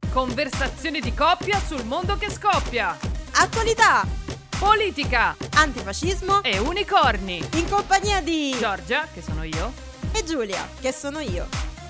Conversazioni di coppia sul mondo che scoppia. Attualità, Politica antifascismo e unicorni. in compagnia di Giorgia, che sono io, e Giulia, che sono io.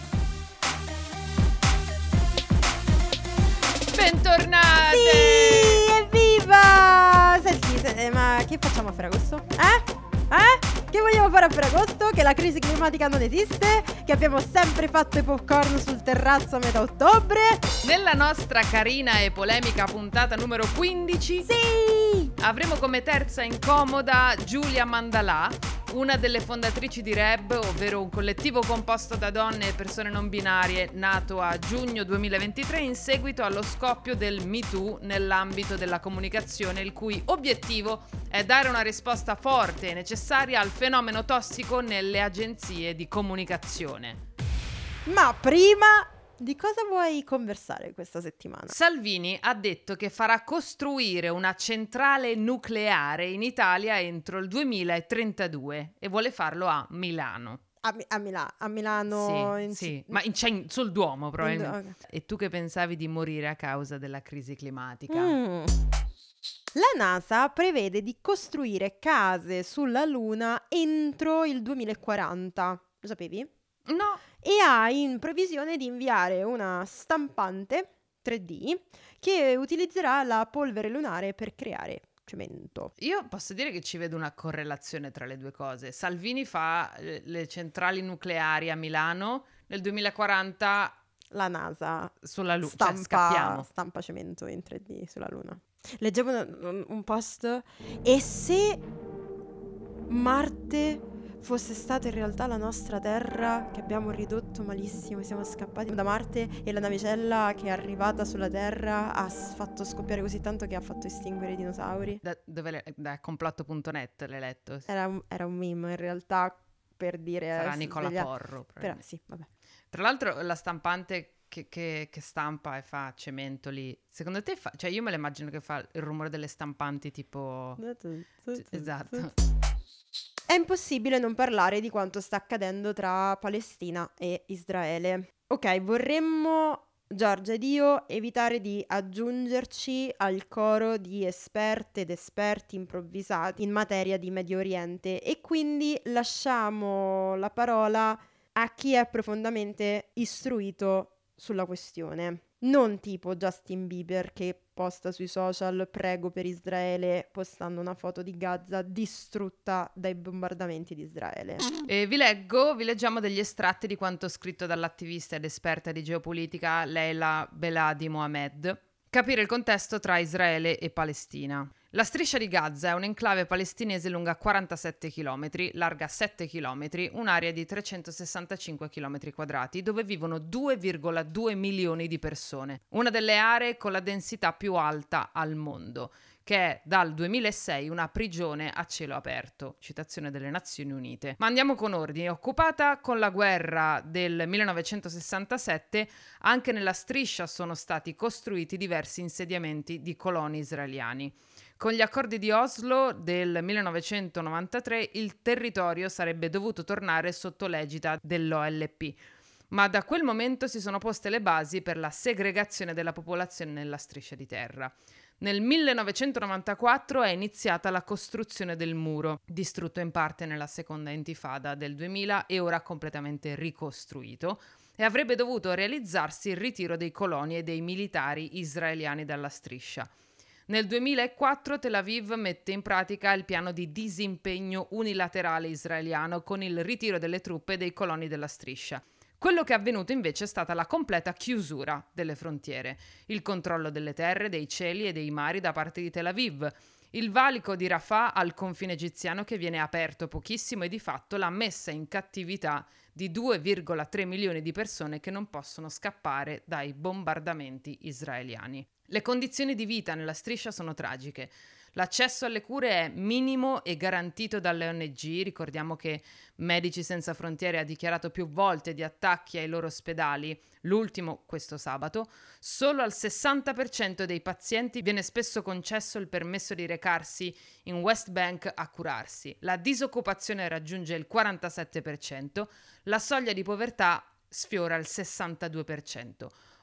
bentornate! Sì, evviva! Senti, ma che facciamo a Ferragosto? Che vogliamo fare a Ferragosto? Che la crisi climatica non esiste? Che abbiamo sempre fatto i popcorn sul terrazzo a metà ottobre? Nella nostra carina e polemica puntata numero 15 Sì! avremo come terza incomoda Giulia Mandalà, una delle fondatrici di REB, ovvero un collettivo composto da donne e persone non binarie nato a giugno 2023 in seguito allo scoppio del Me Too nell'ambito della comunicazione, il cui obiettivo è dare una risposta forte e necessaria al fenomeno tossico nelle agenzie di comunicazione. Ma prima, di cosa vuoi conversare questa settimana? Salvini ha detto che farà costruire una centrale nucleare in Italia entro il 2032 e vuole farlo a Milano. A Milano Sì, ma sul Duomo probabilmente. Ok. E tu che pensavi di morire a causa della crisi climatica? La NASA prevede di costruire case sulla Luna entro il 2040. Lo sapevi? No, E ha in previsione di inviare una stampante 3D che utilizzerà la polvere lunare per creare cemento. io posso dire che ci vedo una correlazione tra le due cose. Salvini fa le centrali nucleari a Milano, nel 2040 La NASA sulla Luna, cioè scappiamo. stampa cemento in 3D sulla Luna. Leggevo un post. E se Marte fosse stata in realtà la nostra Terra, che abbiamo ridotto malissimo, siamo scappati da Marte e la navicella che è arrivata sulla Terra ha fatto scoppiare così tanto che ha fatto estinguere i dinosauri? Da complotto.net l'hai letto? Era un meme in realtà, per dire... Sarà Nicola Porro. Però sì, vabbè. Tra l'altro la stampante che stampa e fa cemento lì, secondo te fa... Cioè io me la immagino che fa il rumore delle stampanti tipo... Esatto. È impossibile non parlare di quanto sta accadendo tra Palestina e Israele. Ok, vorremmo, Giorgia ed io, evitare di aggiungerci al coro di esperte ed esperti improvvisati in materia di Medio Oriente e quindi lasciamo la parola a chi è profondamente istruito sulla questione. Non tipo Justin Bieber che posta sui social "prego per Israele" postando una foto di Gaza distrutta dai bombardamenti di Israele. E vi leggiamo degli estratti di quanto scritto dall'attivista ed esperta di geopolitica Leila Beladi Mohamed. Capire il contesto tra Israele e Palestina. La striscia di Gaza è un'enclave palestinese lunga 47 km, larga 7 km, un'area di 365 km quadrati, dove vivono 2,2 milioni di persone. Una delle aree con la densità più alta al mondo, che è dal 2006 una prigione a cielo aperto, citazione delle Nazioni Unite. Ma andiamo con ordine. Occupata con la guerra del 1967, anche nella striscia sono stati costruiti diversi insediamenti di coloni israeliani. Con gli accordi di Oslo del 1993 il territorio sarebbe dovuto tornare sotto l'egida dell'OLP, ma da quel momento si sono poste le basi per la segregazione della popolazione nella striscia di terra. Nel 1994 è iniziata la costruzione del muro, distrutto in parte nella seconda intifada del 2000 e ora completamente ricostruito, e avrebbe dovuto realizzarsi il ritiro dei coloni e dei militari israeliani dalla striscia. Nel 2004 Tel Aviv mette in pratica il piano di disimpegno unilaterale israeliano con il ritiro delle truppe e dei coloni della striscia. Quello che è avvenuto invece è stata la completa chiusura delle frontiere, il controllo delle terre, dei cieli e dei mari da parte di Tel Aviv, il valico di Rafah al confine egiziano che viene aperto pochissimo e di fatto la messa in cattività di 2,3 milioni di persone che non possono scappare dai bombardamenti israeliani. Le condizioni di vita nella striscia sono tragiche. L'accesso alle cure è minimo e garantito dalle ONG. Ricordiamo che Medici Senza Frontiere ha dichiarato più volte di attacchi ai loro ospedali, l'ultimo questo sabato. Solo al 60% dei pazienti viene spesso concesso il permesso di recarsi in West Bank a curarsi. La disoccupazione raggiunge il 47%, la soglia di povertà sfiora il 62%.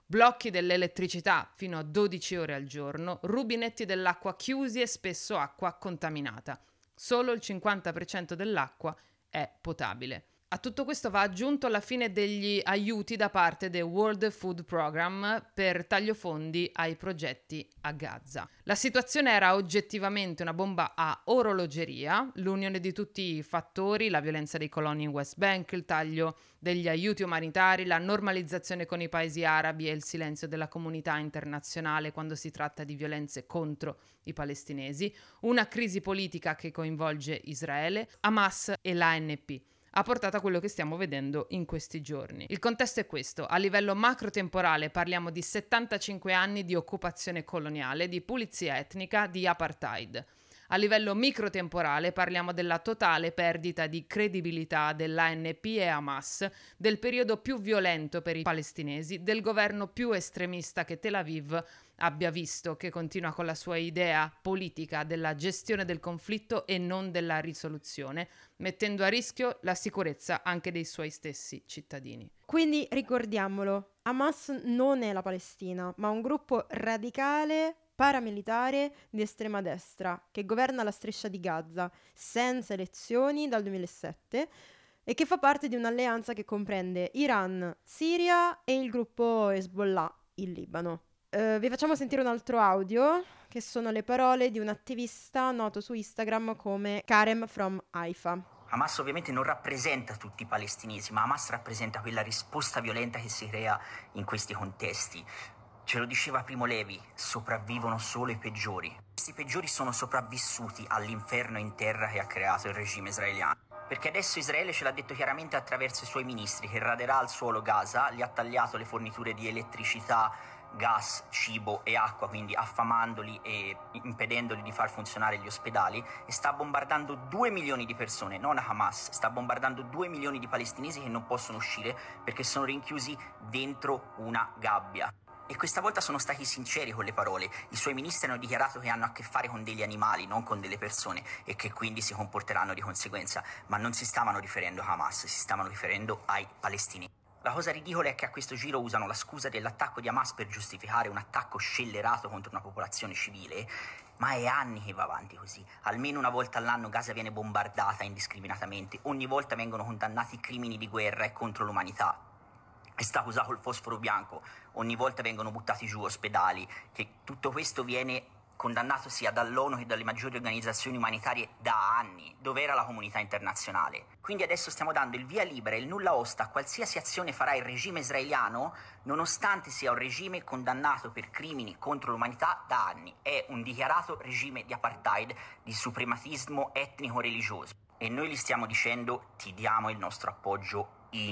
blocchi dell'elettricità fino a 12 ore al giorno, rubinetti dell'acqua chiusi e spesso acqua contaminata. Solo il 50% dell'acqua è potabile. A tutto questo va aggiunto la fine degli aiuti da parte del World Food Program per taglio fondi ai progetti a Gaza. La situazione era oggettivamente una bomba a orologeria, l'unione di tutti i fattori, la violenza dei coloni in West Bank, il taglio degli aiuti umanitari, la normalizzazione con i paesi arabi e il silenzio della comunità internazionale quando si tratta di violenze contro i palestinesi, una crisi politica che coinvolge Israele, Hamas e l'ANP. Ha portato a quello che stiamo vedendo in questi giorni. Il contesto è questo: a livello macrotemporale parliamo di 75 anni di occupazione coloniale, di pulizia etnica, di apartheid. A livello microtemporale parliamo della totale perdita di credibilità dell'ANP e Hamas, del periodo più violento per i palestinesi, del governo più estremista che Tel Aviv abbia visto, che continua con la sua idea politica della gestione del conflitto e non della risoluzione, mettendo a rischio la sicurezza anche dei suoi stessi cittadini. Quindi ricordiamolo, Hamas non è la Palestina, ma un gruppo radicale paramilitare di estrema destra che governa la striscia di Gaza senza elezioni dal 2007 e che fa parte di un'alleanza che comprende Iran, Siria e il gruppo Hezbollah in Libano. Vi facciamo sentire un altro audio, che sono le parole di un attivista noto su Instagram come Karem from Haifa. Hamas ovviamente non rappresenta tutti i palestinesi, ma Hamas rappresenta quella risposta violenta che si crea in questi contesti. Ce lo diceva Primo Levi, sopravvivono solo i peggiori. Questi peggiori sono sopravvissuti all'inferno in terra che ha creato il regime israeliano. Perché adesso Israele ce l'ha detto chiaramente attraverso i suoi ministri, che raderà al suolo Gaza, gli ha tagliato le forniture di elettricità, gas, cibo e acqua, quindi affamandoli e impedendoli di far funzionare gli ospedali, e sta bombardando 2 milioni di persone, non Hamas, sta bombardando 2 milioni di palestinesi che non possono uscire perché sono rinchiusi dentro una gabbia. E questa volta sono stati sinceri con le parole. I suoi ministri hanno dichiarato che hanno a che fare con degli animali, non con delle persone, e che quindi si comporteranno di conseguenza, ma non si stavano riferendo a Hamas, si stavano riferendo ai palestinesi. La cosa ridicola è che a questo giro usano la scusa dell'attacco di Hamas per giustificare un attacco scellerato contro una popolazione civile, ma è anni che va avanti così. Almeno una volta all'anno Gaza viene bombardata indiscriminatamente, ogni volta vengono condannati crimini di guerra e contro l'umanità. È stato usato il fosforo bianco, ogni volta vengono buttati giù ospedali, che tutto questo viene condannato sia dall'ONU che dalle maggiori organizzazioni umanitarie da anni. Dov'era la comunità internazionale? Quindi adesso stiamo dando il via libera e il nulla osta a qualsiasi azione farà il regime israeliano, nonostante sia un regime condannato per crimini contro l'umanità da anni. È un dichiarato regime di apartheid, di suprematismo etnico-religioso. E noi gli stiamo dicendo: ti diamo il nostro appoggio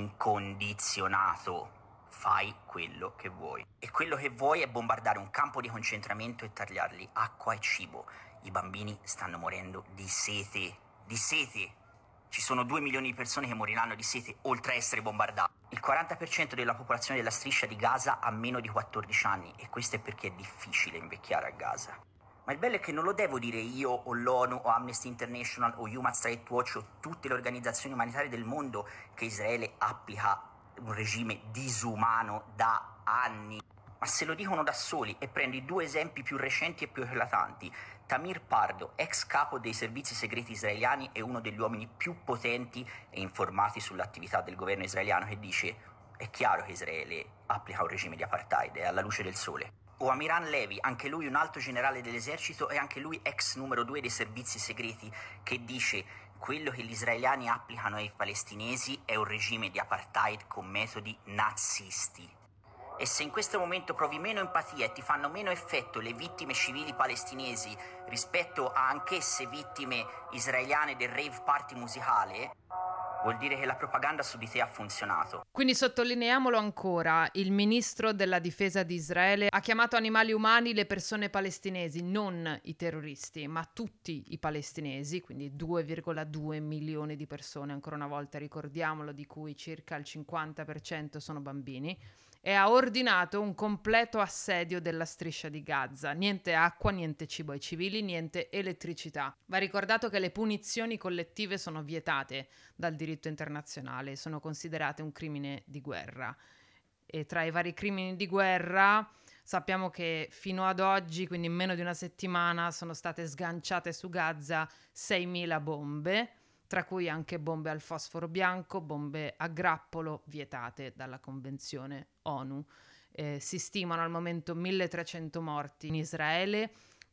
incondizionato. Fai quello che vuoi. E quello che vuoi è bombardare un campo di concentramento e tagliargli acqua e cibo. I bambini stanno morendo di sete. Di sete. Ci sono 2 milioni di persone che moriranno di sete oltre a essere bombardate. Il 40% della popolazione della striscia di Gaza ha meno di 14 anni, e questo è perché è difficile invecchiare a Gaza. Ma il bello è che non lo devo dire io o l'ONU o Amnesty International o Human Rights Watch o tutte le organizzazioni umanitarie del mondo che Israele applica un regime disumano da anni. Ma se lo dicono da soli, e prendi 2 esempi più recenti e più eclatanti. Tamir Pardo, ex capo dei servizi segreti israeliani e uno degli uomini più potenti e informati sull'attività del governo israeliano, che dice: è chiaro che Israele applica un regime di apartheid, è alla luce del sole. O Amiran Levi, anche lui un alto generale dell'esercito e anche lui ex numero 2 dei servizi segreti, che dice: quello che gli israeliani applicano ai palestinesi è un regime di apartheid con metodi nazisti. E se in questo momento provi meno empatia e ti fanno meno effetto le vittime civili palestinesi rispetto a anch'esse vittime israeliane del rave party musicale, vuol dire che la propaganda su di te ha funzionato. Quindi sottolineiamolo ancora, il ministro della difesa di Israele ha chiamato animali umani le persone palestinesi, non i terroristi, ma tutti i palestinesi, quindi 2,2 milioni di persone, ancora una volta ricordiamolo, di cui circa il 50% sono bambini, e ha ordinato un completo assedio della striscia di Gaza. Niente acqua, niente cibo ai civili, niente elettricità. Va ricordato che le punizioni collettive sono vietate dal diritto internazionale, sono considerate un crimine di guerra. E tra i vari crimini di guerra sappiamo che fino ad oggi, quindi in meno di una settimana, sono state sganciate su Gaza 6.000 bombe, tra cui anche bombe al fosforo bianco, bombe a grappolo vietate dalla Convenzione ONU. Si stimano al momento 1.300 morti in Israele,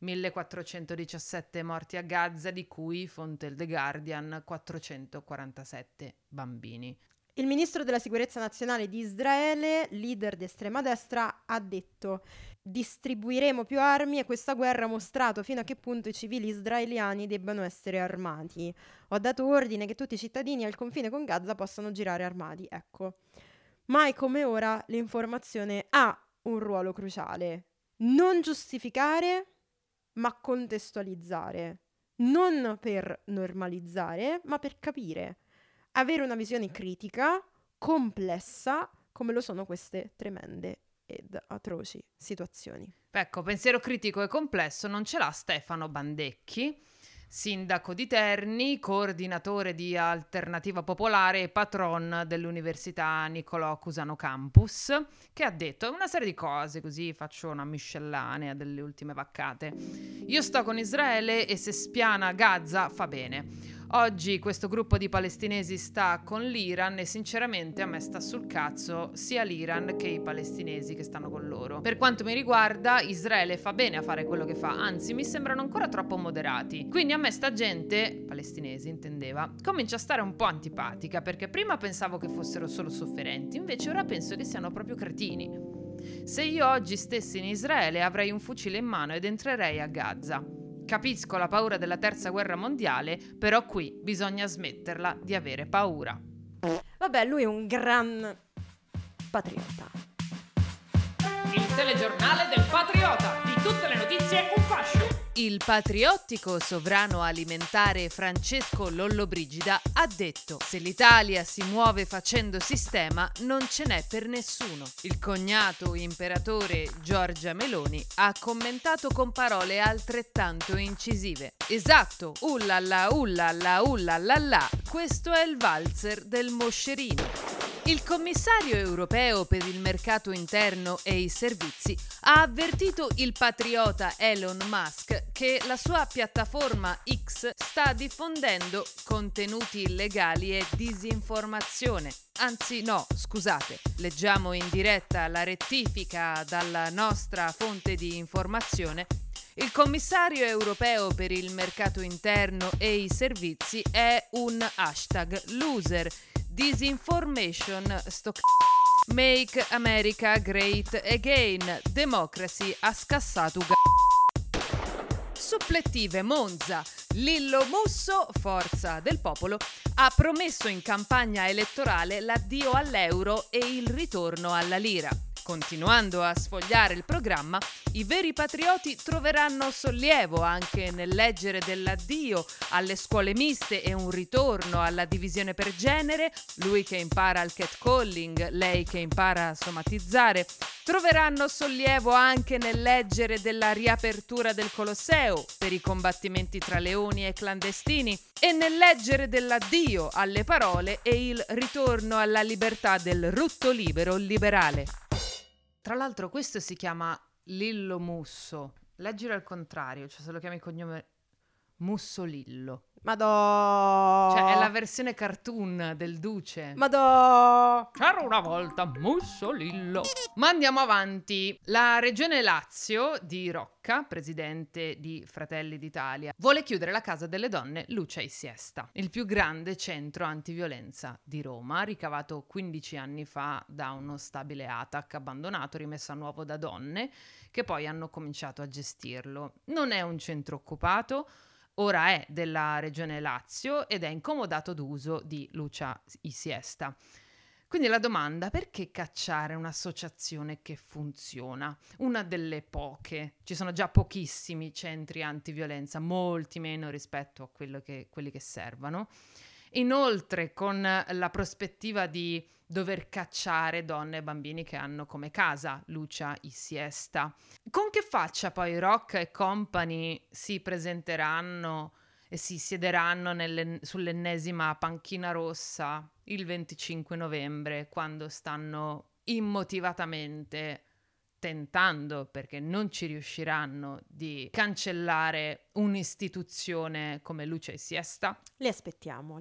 1.417 morti a Gaza, di cui, fonte il The Guardian, 447 bambini. Il ministro della sicurezza nazionale di Israele, leader di estrema destra, ha detto: distribuiremo più armi e questa guerra ha mostrato fino a che punto i civili israeliani debbano essere armati. Ho dato ordine che tutti i cittadini al confine con Gaza possano girare armati. Ecco, mai come ora l'informazione ha un ruolo cruciale. Non giustificare, ma contestualizzare. Non per normalizzare, ma per capire. Avere una visione critica, complessa, come lo sono queste tremende ed atroci situazioni. Ecco, pensiero critico e complesso non ce l'ha Stefano Bandecchi, sindaco di Terni, coordinatore di Alternativa Popolare e patron dell'Università Niccolò Cusano Campus, che ha detto una serie di cose, così faccio una miscellanea delle ultime vaccate. Io sto con Israele e se spiana Gaza fa bene. Oggi questo gruppo di palestinesi sta con l'Iran e sinceramente a me sta sul cazzo sia l'Iran che i palestinesi che stanno con loro. Per quanto mi riguarda, Israele fa bene a fare quello che fa, anzi mi sembrano ancora troppo moderati. Quindi a me sta gente, palestinesi intendeva, comincia a stare un po' antipatica, perché prima pensavo che fossero solo sofferenti, invece ora penso che siano proprio cretini. Se io oggi stessi in Israele avrei un fucile in mano ed entrerei a Gaza. Capisco la paura della terza guerra mondiale, però qui bisogna smetterla di avere paura. Vabbè, lui è un gran patriota. Il telegiornale del patriota, di tutte le notizie un fascio. Il patriottico sovrano alimentare Francesco Lollobrigida ha detto: se l'Italia si muove facendo sistema non ce n'è per nessuno. Il cognato imperatore Giorgia Meloni ha commentato con parole altrettanto incisive. Esatto, ullalla, questo è il valzer del moscerino. Il commissario europeo per il mercato interno e i servizi ha avvertito il patriota Elon Musk che la sua piattaforma X sta diffondendo contenuti illegali e disinformazione. Anzi no, scusate, leggiamo in diretta la rettifica dalla nostra fonte di informazione. Il commissario europeo per il mercato interno e i servizi è un hashtag loser. Disinformation stock Make America Great Again. Democracy ha scassato Supplettive Monza. Lillo Musso, forza del popolo, ha promesso in campagna elettorale l'addio all'euro e il ritorno alla lira. Continuando a sfogliare il programma, i veri patrioti troveranno sollievo anche nel leggere dell'addio alle scuole miste e un ritorno alla divisione per genere, lui che impara il catcalling, lei che impara a somatizzare. Troveranno sollievo anche nel leggere della riapertura del Colosseo per i combattimenti tra leoni e clandestini e nel leggere dell'addio alle parole e il ritorno alla libertà del rutto libero liberale. Tra l'altro questo si chiama Lillo Musso. Leggilo al contrario, cioè se lo chiami cognome Mussolillo. Madò. Cioè è la versione cartoon del Duce. Madò. C'era una volta Mussolillo. Ma andiamo avanti. La regione Lazio di Rocca, presidente di Fratelli d'Italia, vuole chiudere la Casa delle Donne Lucia e Siesta, il più grande centro antiviolenza di Roma, ricavato 15 anni fa da uno stabile ATAC abbandonato, rimesso a nuovo da donne, che poi hanno cominciato a gestirlo. Non è un centro occupato, ora è della regione Lazio ed è incomodato d'uso di Lucia e Siesta. Quindi la domanda: perché cacciare un'associazione che funziona? Una delle poche. Ci sono già pochissimi centri antiviolenza, molti meno rispetto a quelli che servono. Inoltre, con la prospettiva di dover cacciare donne e bambini che hanno come casa Lucia e Siesta. Con che faccia poi Rocca e company si presenteranno e si siederanno sull'ennesima panchina rossa il 25 novembre, quando stanno immotivatamente tentando, perché non ci riusciranno, di cancellare un'istituzione come Luce e Siesta. Li aspettiamo.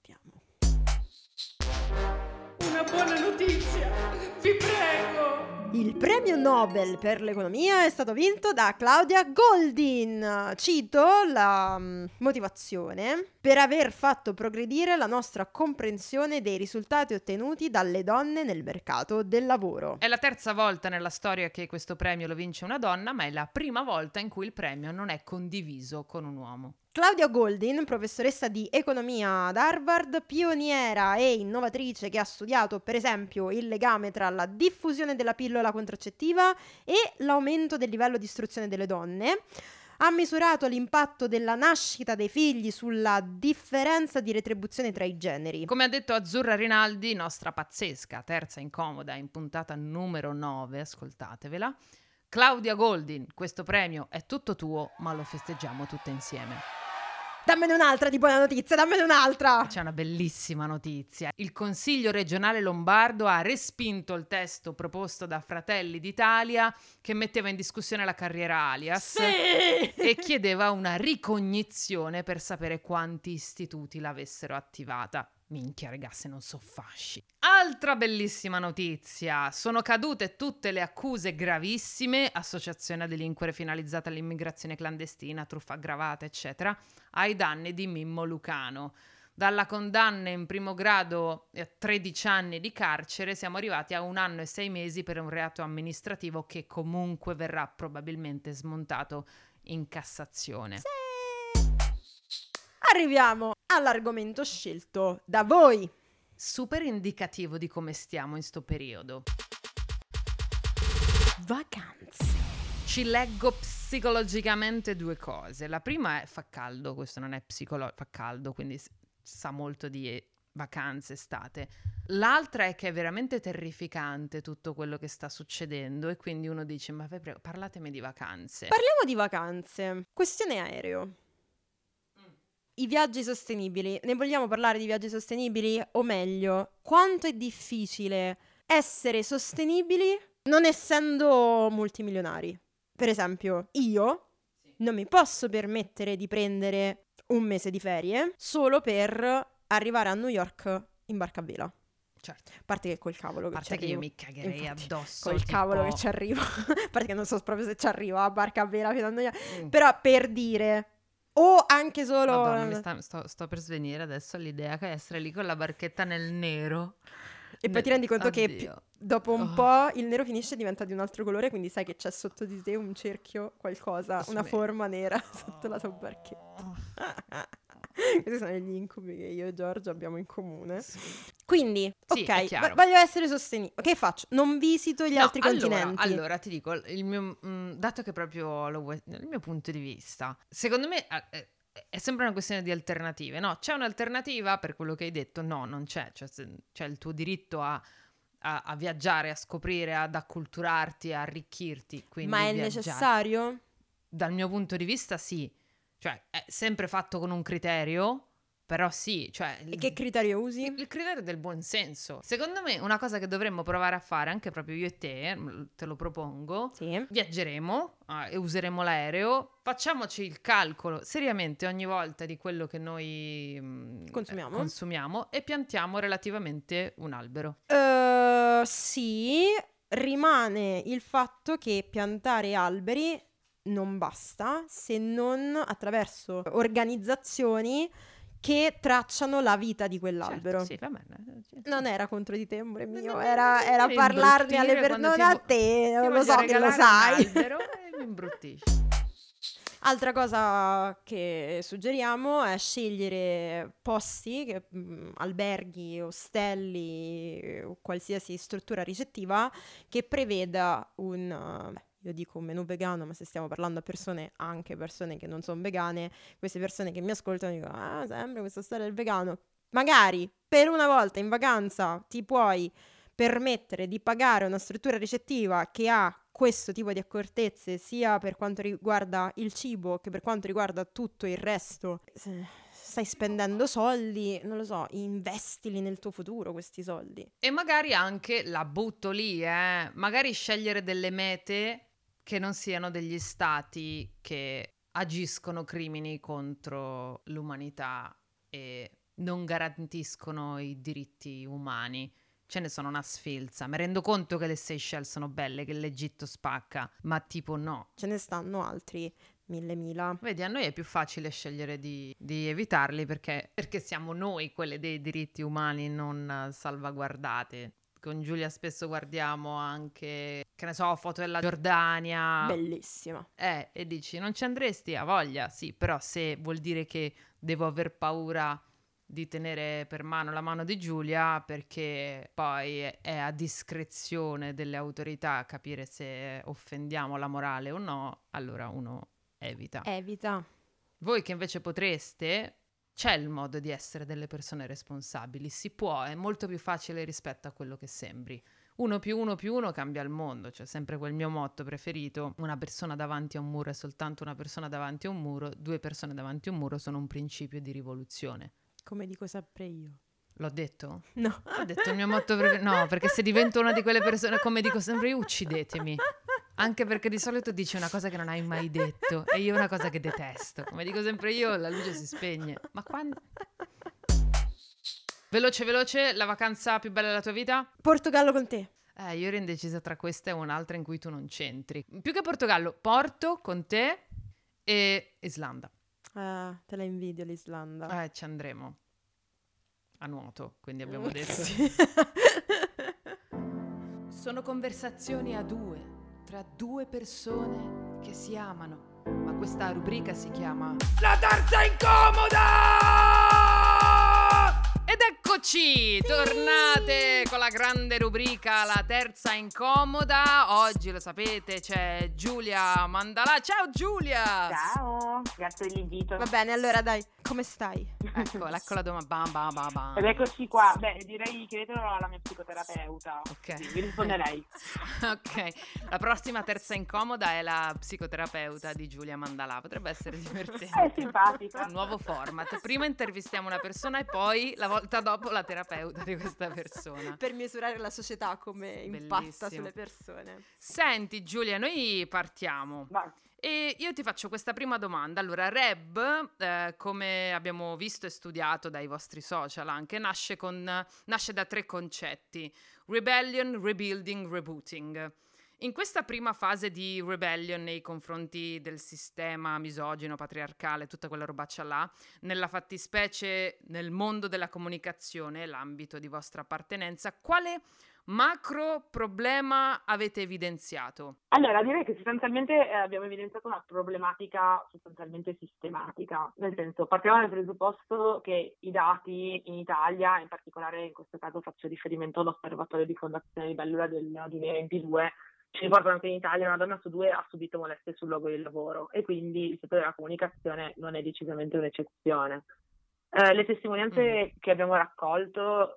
Una buona notizia, vi prego! Il premio Nobel per l'economia è stato vinto da Claudia Goldin. Cito la motivazione: per aver fatto progredire la nostra comprensione dei risultati ottenuti dalle donne nel mercato del lavoro. È la terza volta nella storia che questo premio lo vince una donna, ma è la prima volta in cui il premio non è condiviso con un uomo. Claudia Goldin, professoressa di economia ad Harvard, pioniera e innovatrice che ha studiato per esempio il legame tra la diffusione della pillola contraccettiva e l'aumento del livello di istruzione delle donne, ha misurato l'impatto della nascita dei figli sulla differenza di retribuzione tra i generi. Come ha detto Azzurra Rinaldi, nostra pazzesca terza incomoda in puntata numero 9, ascoltatevela, Claudia Goldin, questo premio è tutto tuo, ma lo festeggiamo tutte insieme. Dammene un'altra di buona notizia, dammene un'altra! C'è una bellissima notizia. Il Consiglio regionale lombardo ha respinto il testo proposto da Fratelli d'Italia che metteva in discussione la carriera alias e chiedeva una ricognizione per sapere quanti istituti l'avessero attivata. Minchia, regà, se non so fasci. Altra bellissima notizia. Sono cadute tutte le accuse gravissime, associazione a delinquere finalizzata all'immigrazione clandestina, truffa aggravata, eccetera, ai danni di Mimmo Lucano. Dalla condanna in primo grado a 13 anni di carcere siamo arrivati a 1 anno e 6 mesi per un reato amministrativo che comunque verrà probabilmente smontato in Cassazione. Arriviamo all'argomento scelto da voi. Super indicativo di come stiamo in sto periodo. Vacanze. Ci leggo psicologicamente 2 cose. La prima è fa caldo, questo non è fa caldo, quindi sa molto di vacanze, estate. L'altra è che è veramente terrificante tutto quello che sta succedendo e quindi uno dice, ma prego, parlatemi di vacanze. Parliamo di vacanze. Questione aereo. I viaggi sostenibili. Ne vogliamo parlare di viaggi sostenibili? O meglio, quanto è difficile essere sostenibili non essendo multimilionari? Per esempio, io non mi posso permettere di prendere un mese di ferie solo per arrivare a New York in barca a vela. Certo. A parte che col cavolo che A ci parte che arrivo. io mi cagherei Infatti, addosso. col tipo... cavolo che ci arrivo. A parte che non so proprio se ci arrivo a barca a vela fino a New York. Mm. Però per dire... O anche solo... Madonna, sto per svenire adesso all'idea che essere lì con la barchetta nel nero. E poi ti rendi conto che Oddio. dopo un po' il nero finisce e diventa di un altro colore, quindi sai che c'è sotto di te un cerchio, qualcosa, una forma nera sotto la tua barchetta. Questi sono gli incubi che io e Giorgio abbiamo in comune. Sì. Quindi, Sì, è ok, chiaro. voglio essere sostenibile. Che faccio? Non visito gli altri continenti. Allora, ti dico, il mio, dato che proprio il mio punto di vista, secondo me è sempre una questione di alternative, no? C'è un'alternativa per quello che hai detto? No, non c'è. Cioè, c'è il tuo diritto a viaggiare, a scoprire, ad acculturarti, a arricchirti. Quindi Ma è viaggiare. necessario? Dal mio punto di vista sì. Cioè, è sempre fatto con un criterio, però sì. Cioè, E che criterio usi? il criterio del buon senso. Secondo me una cosa che dovremmo provare a fare, anche proprio io e te lo propongo, Sì. viaggeremo e useremo l'aereo, facciamoci il calcolo seriamente ogni volta di quello che noi consumiamo e piantiamo relativamente un albero. Sì, rimane il fatto che piantare alberi non basta se non attraverso organizzazioni che tracciano la vita di quell'albero. Certo, sì, va bene. Non era contro di te, amore mio, No, era mi parlarne alle imbruttire persone, quando non a te, ti lo so voglio che lo regalare sai. un albero e mi imbruttisci. Altra cosa che suggeriamo è scegliere posti, alberghi, ostelli o qualsiasi struttura ricettiva che preveda io dico un menù vegano, ma se stiamo parlando a anche persone che non sono vegane, queste persone che mi ascoltano dicono, sempre questa storia del vegano. Magari per una volta in vacanza ti puoi permettere di pagare una struttura ricettiva che ha questo tipo di accortezze sia per quanto riguarda il cibo che per quanto riguarda tutto il resto. stai spendendo soldi, non lo so, investili nel tuo futuro questi soldi. E magari anche la butto lì, magari scegliere delle mete che non siano degli stati che agiscono crimini contro l'umanità e non garantiscono i diritti umani. Ce ne sono una sfilza. Mi rendo conto che le Seychelles sono belle, che l'Egitto spacca, ma tipo no. Ce ne stanno altri mila. Vedi, a noi è più facile scegliere di evitarli perché siamo noi quelle dei diritti umani non salvaguardate. Con Giulia spesso guardiamo anche, che ne so, foto della Giordania. Bellissima. E dici, non ci andresti? A voglia, sì, però se vuol dire che devo aver paura di tenere per mano la mano di Giulia, perché poi è a discrezione delle autorità capire se offendiamo la morale o no, allora uno evita. Voi che invece potreste, c'è il modo di essere delle persone responsabili, si può, è molto più facile rispetto a quello che sembri. 1 + 1 + 1 cambia il mondo, c'è sempre quel mio motto preferito: una persona davanti a un muro è soltanto una persona davanti a un muro, 2 persone davanti a un muro sono un principio di rivoluzione. Come dico sempre io. L'ho detto? No. Ho detto il mio motto preferito. No, perché se divento una di quelle persone, come dico sempre io, uccidetemi. Anche perché di solito dici una cosa che non hai mai detto e io una cosa che detesto. Come dico sempre io, la luce si spegne. Ma quando? Veloce, la vacanza più bella della tua vita? Portogallo con te. Io ero indecisa tra questa e un'altra in cui tu non c'entri. Più che Portogallo, Porto con te e Islanda. Te la invidio l'Islanda. Ci andremo. A nuoto, quindi abbiamo detto. Sì. Sono conversazioni a due, tra due persone che si amano. Ma questa rubrica si chiama La terza incomoda! Ed eccoci, tornate con la grande rubrica La terza incomoda. Oggi lo sapete, c'è Giulia Mandalà. Ciao Giulia! Ciao, grazie dell'invito. Va bene, allora dai, come stai? Ecco la domanda. Bam. Ed eccoci qua. Beh, direi chiedetelo alla mia psicoterapeuta. Ok. Sì, vi risponde lei. Ok, la prossima terza incomoda è la psicoterapeuta di Giulia Mandalà. Potrebbe essere divertente. È simpatica. Un nuovo format. Prima intervistiamo una persona e poi la volta dopo la terapeuta di questa persona. Per misurare la società come impatta Bellissimo. sulle persone. Senti Giulia, noi partiamo. Vai. E io ti faccio questa prima domanda. Allora, REB, come abbiamo visto e studiato dai vostri social anche, nasce da 3 concetti: rebellion, rebuilding, rebooting. In questa prima fase di rebellion nei confronti del sistema misogino, patriarcale, tutta quella robaccia là, nella fattispecie nel mondo della comunicazione, l'ambito di vostra appartenenza, quale macro problema avete evidenziato? Allora, direi che sostanzialmente abbiamo evidenziato una problematica sostanzialmente sistematica, nel senso, partiamo dal presupposto che i dati in Italia, in particolare in questo caso faccio riferimento all'osservatorio di Fondazione Libellula del 2022, ci riportano che in Italia una donna su 2 ha subito molestie sul luogo di lavoro e quindi il settore della comunicazione non è decisamente un'eccezione. Le testimonianze che abbiamo raccolto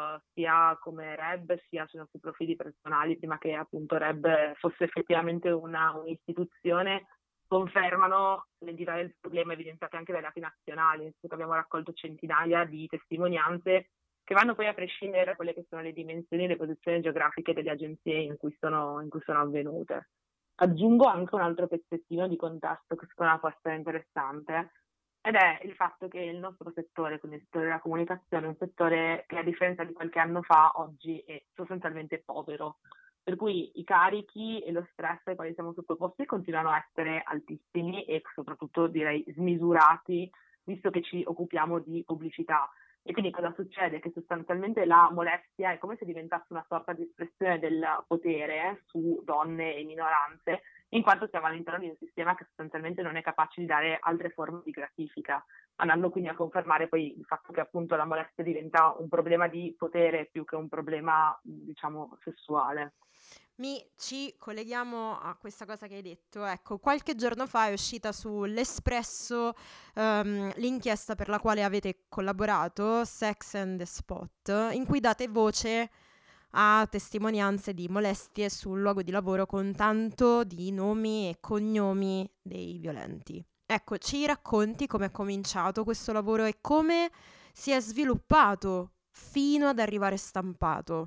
sia come REB sia sui nostri profili personali, prima che appunto REB fosse effettivamente un'istituzione, confermano l'entità del problema evidenziate anche dai dati nazionali, nel senso che abbiamo raccolto centinaia di testimonianze che vanno poi a prescindere da quelle che sono le dimensioni e le posizioni geografiche delle agenzie in cui sono avvenute. Aggiungo anche un altro pezzettino di contesto che secondo me può essere interessante, ed è il fatto che il nostro settore, quindi il settore della comunicazione, è un settore che a differenza di qualche anno fa oggi è sostanzialmente povero, per cui i carichi e lo stress ai quali siamo sottoposti continuano a essere altissimi e soprattutto direi smisurati, visto che ci occupiamo di pubblicità. E quindi cosa succede? Che sostanzialmente la molestia è come se diventasse una sorta di espressione del potere su donne e minoranze, in quanto siamo all'interno di un sistema che sostanzialmente non è capace di dare altre forme di gratifica, andando quindi a confermare poi il fatto che appunto la molestia diventa un problema di potere più che un problema, diciamo, sessuale. Ci colleghiamo a questa cosa che hai detto. Ecco, qualche giorno fa è uscita sull'Espresso l'inchiesta per la quale avete collaborato, Sex and the Spot, in cui date voce a testimonianze di molestie sul luogo di lavoro con tanto di nomi e cognomi dei violenti. Ecco, ci racconti come è cominciato questo lavoro e come si è sviluppato fino ad arrivare stampato?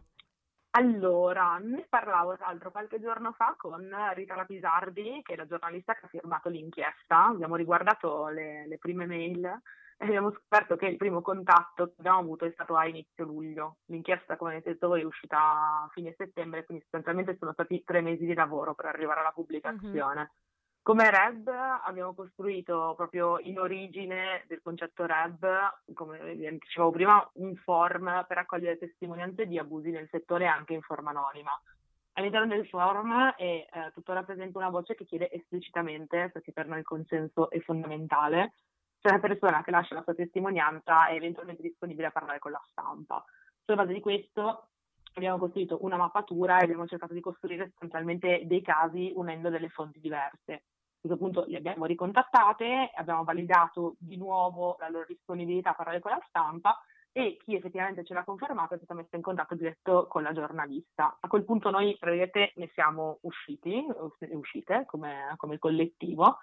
Allora, ne parlavo tra l'altro qualche giorno fa con Rita Lapisardi, che è la giornalista che ha firmato l'inchiesta. Abbiamo riguardato le prime mail e abbiamo scoperto che il primo contatto che abbiamo avuto è stato a inizio luglio. L'inchiesta, come avete detto voi, è uscita a fine settembre, quindi sostanzialmente sono stati 3 mesi di lavoro per arrivare alla pubblicazione. Come REB abbiamo costruito proprio in origine del concetto REB, come vi anticipo prima, un form per raccogliere testimonianze di abusi nel settore anche in forma anonima. All'interno del form è tuttora presente una voce che chiede esplicitamente, perché per noi il consenso è fondamentale, se una persona che lascia la sua testimonianza è eventualmente disponibile a parlare con la stampa. Sulla base di questo abbiamo costruito una mappatura e abbiamo cercato di costruire sostanzialmente dei casi unendo delle fonti diverse. A questo punto le abbiamo ricontattate, abbiamo validato di nuovo la loro disponibilità a parlare con la stampa e chi effettivamente ce l'ha confermato è stato messo in contatto diretto con la giornalista. A quel punto noi, tra virgolette, ne siamo uscite come collettivo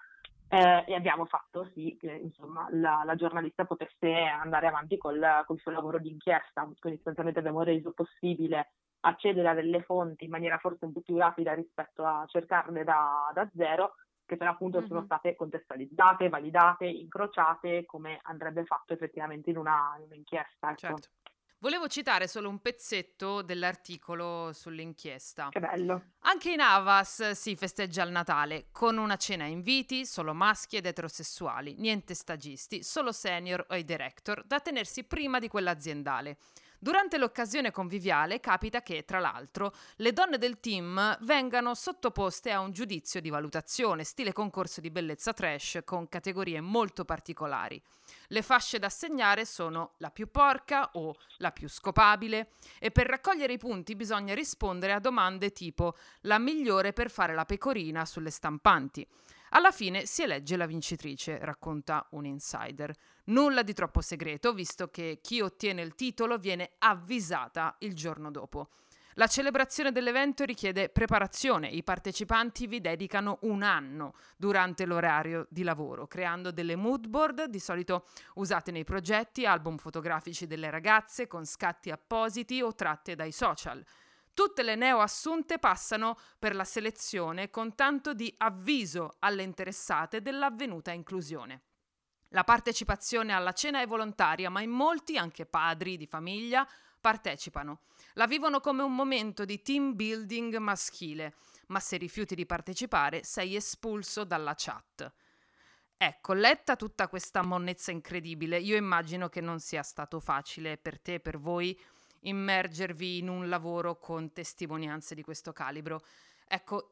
e abbiamo fatto sì che insomma, la giornalista potesse andare avanti col suo lavoro di inchiesta. Quindi sostanzialmente abbiamo reso possibile accedere a delle fonti in maniera forse un po' più rapida rispetto a cercarle da zero, che però appunto sono state contestualizzate, validate, incrociate come andrebbe fatto effettivamente in un'inchiesta. Ecco. Certo. Volevo citare solo un pezzetto dell'articolo sull'inchiesta. Che bello. Anche in Havas si festeggia il Natale, con una cena a inviti, solo maschi ed eterosessuali, niente stagisti, solo senior o i director, da tenersi prima di quella aziendale. Durante l'occasione conviviale capita che, tra l'altro, le donne del team vengano sottoposte a un giudizio di valutazione, stile concorso di bellezza trash, con categorie molto particolari. Le fasce da assegnare sono la più porca o la più scopabile e per raccogliere i punti bisogna rispondere a domande tipo la migliore per fare la pecorina sulle stampanti. Alla fine si elegge la vincitrice, racconta un insider. Nulla di troppo segreto, visto che chi ottiene il titolo viene avvisata il giorno dopo. La celebrazione dell'evento richiede preparazione, i partecipanti vi dedicano un anno durante l'orario di lavoro, creando delle mood board, di solito usate nei progetti, album fotografici delle ragazze con scatti appositi o tratte dai social. Tutte le neoassunte passano per la selezione con tanto di avviso alle interessate dell'avvenuta inclusione. La partecipazione alla cena è volontaria, ma in molti, anche padri di famiglia, partecipano. La vivono come un momento di team building maschile, ma se rifiuti di partecipare sei espulso dalla chat. Ecco, letta tutta questa monnezza incredibile, io immagino che non sia stato facile per te, per voi, immergervi in un lavoro con testimonianze di questo calibro. Ecco,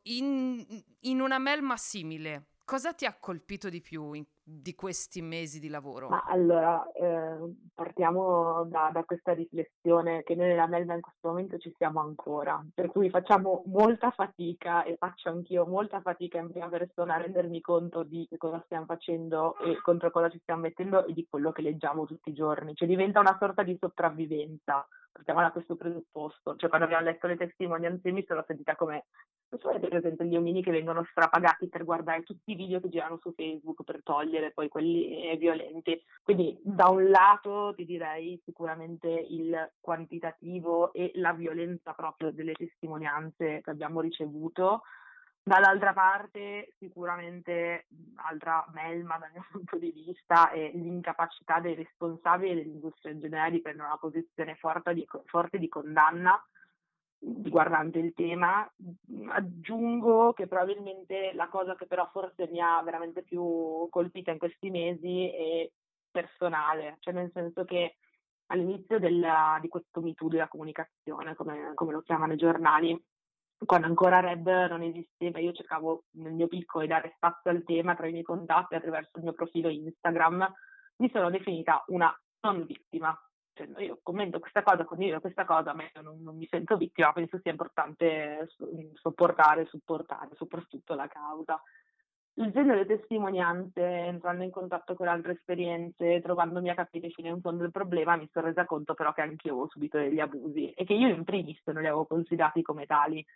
in una melma simile, cosa ti ha colpito di più di questi mesi di lavoro? Ma allora, partiamo da questa riflessione che noi nella Melba in questo momento ci siamo ancora, per cui facciamo molta fatica e faccio anch'io molta fatica in prima persona a rendermi conto di che cosa stiamo facendo e contro cosa ci stiamo mettendo e di quello che leggiamo tutti i giorni. Cioè diventa una sorta di sopravvivenza, partiamo da questo presupposto. Cioè quando abbiamo letto le testimonianze mi sono sentita come non so se avete presente gli omini che vengono strapagati per guardare tutti i video che girano su Facebook per togliere poi quelli violenti. Quindi da un lato ti direi sicuramente il quantitativo e la violenza proprio delle testimonianze che abbiamo ricevuto. Dall'altra parte sicuramente altra melma dal mio punto di vista è l'incapacità dei responsabili dell'industria in generale di prendere una posizione forte di condanna riguardante il tema. Aggiungo che probabilmente la cosa che però forse mi ha veramente più colpita in questi mesi è personale, cioè nel senso che all'inizio di questo Me Too della comunicazione, come lo chiamano i giornali, quando ancora Red non esisteva, io cercavo nel mio piccolo di dare spazio al tema tra i miei contatti attraverso il mio profilo Instagram, mi sono definita una non vittima. Cioè, io commento questa cosa, condivido questa cosa, ma io non mi sento vittima, penso sia importante supportare soprattutto la causa. Leggendo le testimonianze, entrando in contatto con altre esperienze, trovandomi a capire fino in fondo il problema, mi sono resa conto però che anch'io avevo subito degli abusi e che io in primis non li avevo considerati come tali.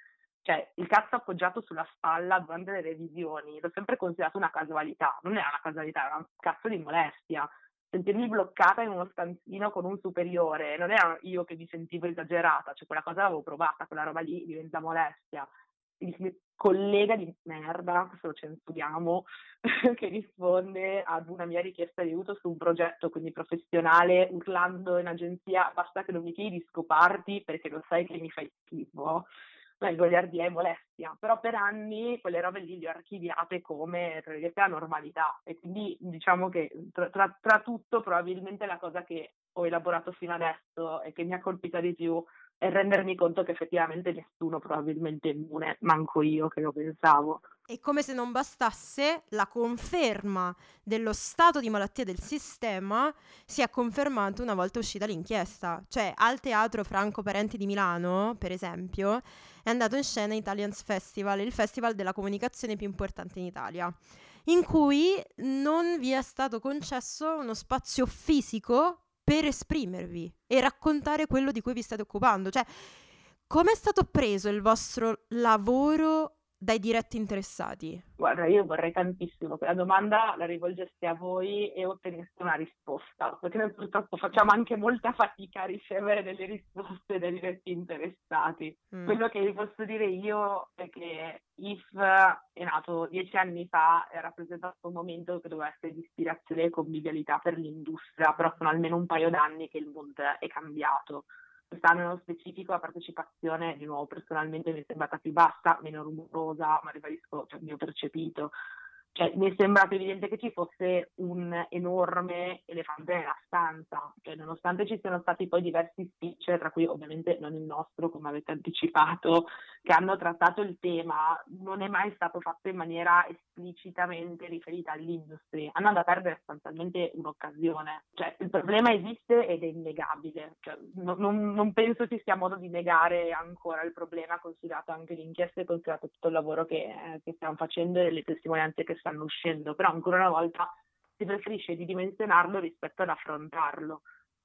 cioè il cazzo appoggiato sulla spalla durante le revisioni l'ho sempre considerato una casualità, non era una casualità, era un cazzo di molestia. Sentirmi bloccata in uno stanzino con un superiore, non era io che mi sentivo esagerata, cioè quella cosa l'avevo provata, quella roba lì diventa molestia. Il collega di merda, se lo censuriamo, che risponde ad una mia richiesta di aiuto su un progetto, quindi professionale, urlando in agenzia, basta che non mi chiedi di scoparti perché lo sai che mi fai schifo. Il goliardia è molestia, però per anni quelle robe lì le ho archiviate come tra virgolette la normalità, e quindi diciamo che tra tutto probabilmente la cosa che ho elaborato fino adesso e che mi ha colpita di più è rendermi conto che effettivamente nessuno probabilmente è immune, manco io che lo pensavo. E come se non bastasse, la conferma dello stato di malattia del sistema si è confermato una volta uscita l'inchiesta. Cioè, al Teatro Franco Parenti di Milano, per esempio, è andato in scena Italians Festival, il festival della comunicazione più importante in Italia, in cui non vi è stato concesso uno spazio fisico per esprimervi e raccontare quello di cui vi state occupando. Cioè, come è stato preso il vostro lavoro dai diretti interessati? Guarda, io vorrei tantissimo che la domanda la rivolgeste a voi e otteneste una risposta, perché noi purtroppo facciamo anche molta fatica a ricevere delle risposte dai diretti interessati. Quello che vi posso dire io è che IF è nato 10 anni fa e ha rappresentato un momento che doveva essere di ispirazione e convivialità per l'industria, però sono almeno un paio d'anni che il mondo è cambiato. Quest'anno nello specifico la partecipazione, di nuovo personalmente, mi è sembrata più bassa, meno rumorosa, ma ribadisco, cioè, il mio percepito. Cioè, mi è sembrato evidente che ci fosse un enorme elefante nella stanza, cioè, nonostante ci siano stati poi diversi speech, tra cui ovviamente non il nostro, come avete anticipato, che hanno trattato il tema, non è mai stato fatto in maniera esplicitamente riferita all'industria. Hanno andato a perdere sostanzialmente un'occasione. Cioè, il problema esiste ed è innegabile. Cioè, non penso ci sia modo di negare ancora il problema, considerato anche l'inchiesta e considerato tutto il lavoro che stiamo facendo e le testimonianze che stanno uscendo. Però ancora una volta si preferisce ridimensionarlo rispetto ad affrontarlo.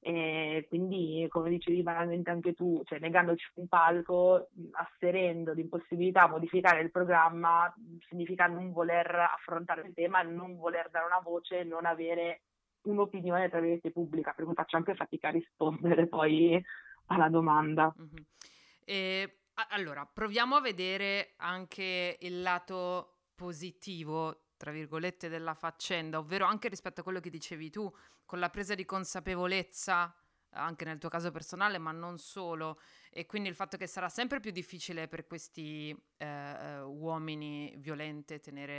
E quindi, come dicevi banalmente anche tu, cioè negandoci un palco, asserendo l'impossibilità a modificare il programma, significa non voler affrontare il tema, non voler dare una voce, non avere un'opinione tra virgolette pubblica, per cui faccio anche fatica a rispondere poi alla domanda. Allora, proviamo a vedere anche il lato positivo, tra virgolette, della faccenda, ovvero anche rispetto a quello che dicevi tu, con la presa di consapevolezza, anche nel tuo caso personale, ma non solo, e quindi il fatto che sarà sempre più difficile per questi uomini violenti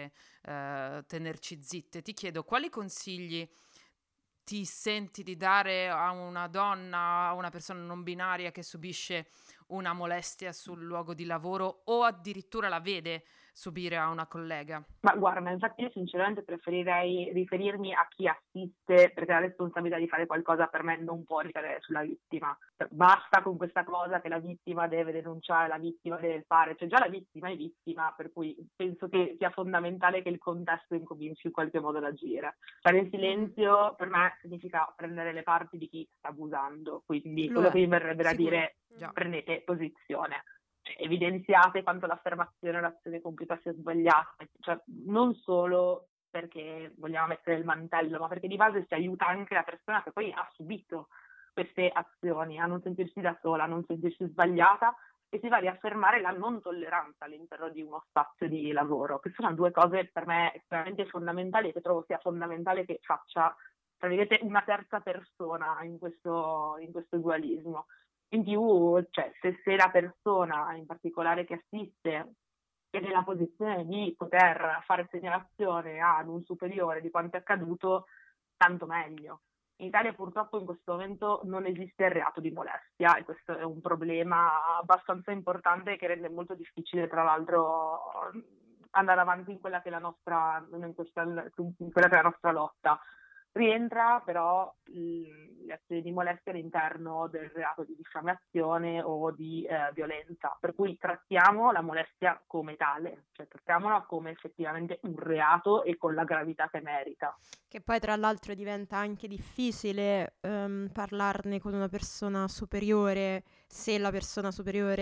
tenerci zitte. Ti chiedo, quali consigli ti senti di dare a una donna, a una persona non binaria che subisce una molestia sul luogo di lavoro o addirittura la vede subire a una collega? Ma guarda, infatti io sinceramente preferirei riferirmi a chi assiste, perché la responsabilità di fare qualcosa per me non può ricadere sulla vittima. Basta con questa cosa che la vittima deve denunciare, la vittima deve fare, cioè già la vittima è vittima, per cui penso che sia fondamentale che il contesto incominci in qualche modo ad agire. Stare in silenzio per me significa prendere le parti di chi sta abusando, quindi quello che mi verrebbe da dire, prendete posizione. Evidenziate quanto l'affermazione o l'azione compiuta sia sbagliata, cioè non solo perché vogliamo mettere il mantello, ma perché di base si aiuta anche la persona che poi ha subito queste azioni a non sentirsi da sola, a non sentirsi sbagliata, e si va a riaffermare la non tolleranza all'interno di uno spazio di lavoro. Queste sono due cose per me estremamente fondamentali e che trovo sia fondamentale che faccia, tra virgolette, una terza persona in questo dualismo. In più, cioè, se la persona, in particolare che assiste, è nella posizione di poter fare segnalazione ad un superiore di quanto è accaduto, tanto meglio. In Italia purtroppo in questo momento non esiste il reato di molestia e questo è un problema abbastanza importante che rende molto difficile, tra l'altro, andare avanti in quella che è la nostra, in quella che è la nostra lotta. Rientra però l'azione di molestia all'interno del reato di diffamazione o di violenza, per cui trattiamo la molestia come tale, cioè trattiamola come effettivamente un reato e con la gravità che merita. Che poi tra l'altro diventa anche difficile parlarne con una persona superiore se la persona superiore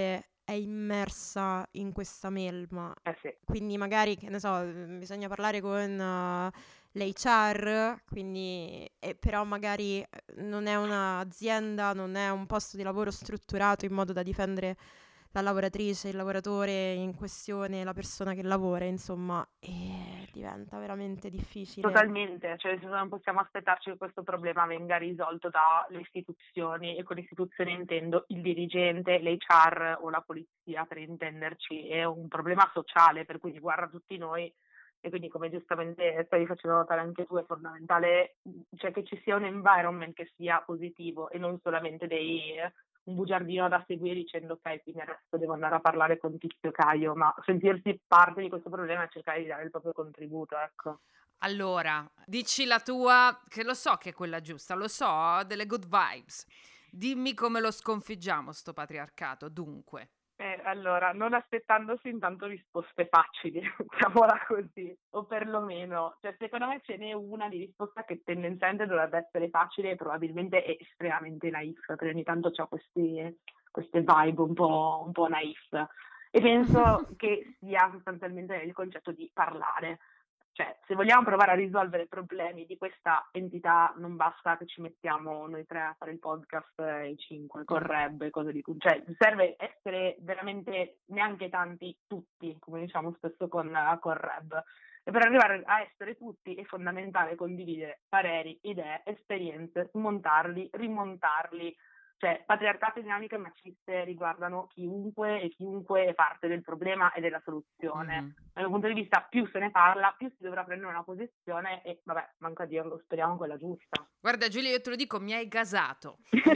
è immersa in questa melma. Sì. Quindi magari, che ne so, bisogna parlare con l'HR, quindi, però magari non è un'azienda, non è un posto di lavoro strutturato in modo da difendere la lavoratrice, il lavoratore in questione, la persona che lavora, insomma, e diventa veramente difficile. Totalmente, cioè non possiamo aspettarci che questo problema venga risolto dalle istituzioni, e con istituzioni intendo il dirigente, l'HR o la polizia, per intenderci. È un problema sociale, per cui riguarda tutti noi, e quindi, come giustamente stavi facendo notare anche tu, è fondamentale, cioè, che ci sia un environment che sia positivo e non solamente un bugiardino da seguire dicendo ok, quindi adesso devo andare a parlare con Tizio Caio, ma sentirsi parte di questo problema e cercare di dare il proprio contributo, ecco. Allora, dici la tua, che lo so che è quella giusta, lo so, delle good vibes. Dimmi come lo sconfiggiamo sto patriarcato, dunque. Allora, non aspettandosi intanto risposte facili, diciamola così, o perlomeno, cioè secondo me ce n'è una di risposta che tendenzialmente dovrebbe essere facile e probabilmente è estremamente naif, perché ogni tanto c'ha queste vibe un po' naif, e penso che sia sostanzialmente il concetto di parlare. Cioè, se vogliamo provare a risolvere problemi di questa entità, non basta che ci mettiamo noi 3 a fare il podcast, i 5 con Reb e cose di cui. Cioè, serve essere veramente neanche tanti, tutti, come diciamo spesso con Reb. E per arrivare a essere tutti è fondamentale condividere pareri, idee, esperienze, smontarli, rimontarli. Cioè, patriarcato e dinamiche maciste riguardano chiunque, e chiunque è parte del problema e della soluzione. Dal mio punto di vista, più se ne parla, più si dovrà prendere una posizione, e vabbè, manca a dirlo, speriamo quella giusta. Guarda Giulia, io te lo dico, mi hai gasato,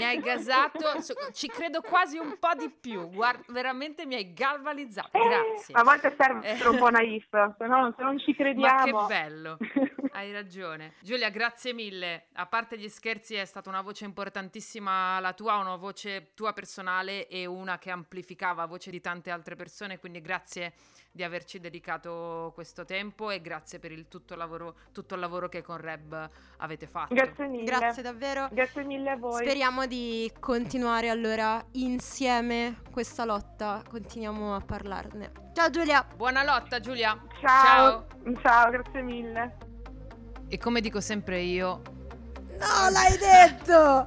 ci credo quasi un po' di più, guarda, veramente mi hai galvanizzato, grazie. A volte serve essere un po' naif, se non ci crediamo. Ma che bello, hai ragione. Giulia, grazie mille, a parte gli scherzi è stata una voce importantissima la tua, una voce tua personale e una che amplificava voce di tante altre persone, quindi grazie di averci dedicato questo tempo e grazie per tutto il lavoro che con Reb avete fatto. Grazie mille. Grazie davvero. Grazie mille a voi. Speriamo di continuare allora insieme questa lotta, continuiamo a parlarne. Ciao Giulia. Buona lotta Giulia. Ciao, grazie mille. E come dico sempre io, no, l'hai detto.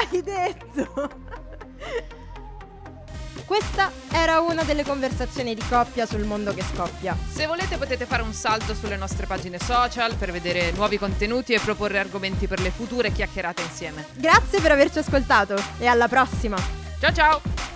Questa era una delle conversazioni di coppia sul mondo che scoppia. Se volete potete fare un salto sulle nostre pagine social per vedere nuovi contenuti e proporre argomenti per le future chiacchierate insieme. Grazie per averci ascoltato e alla prossima. Ciao ciao!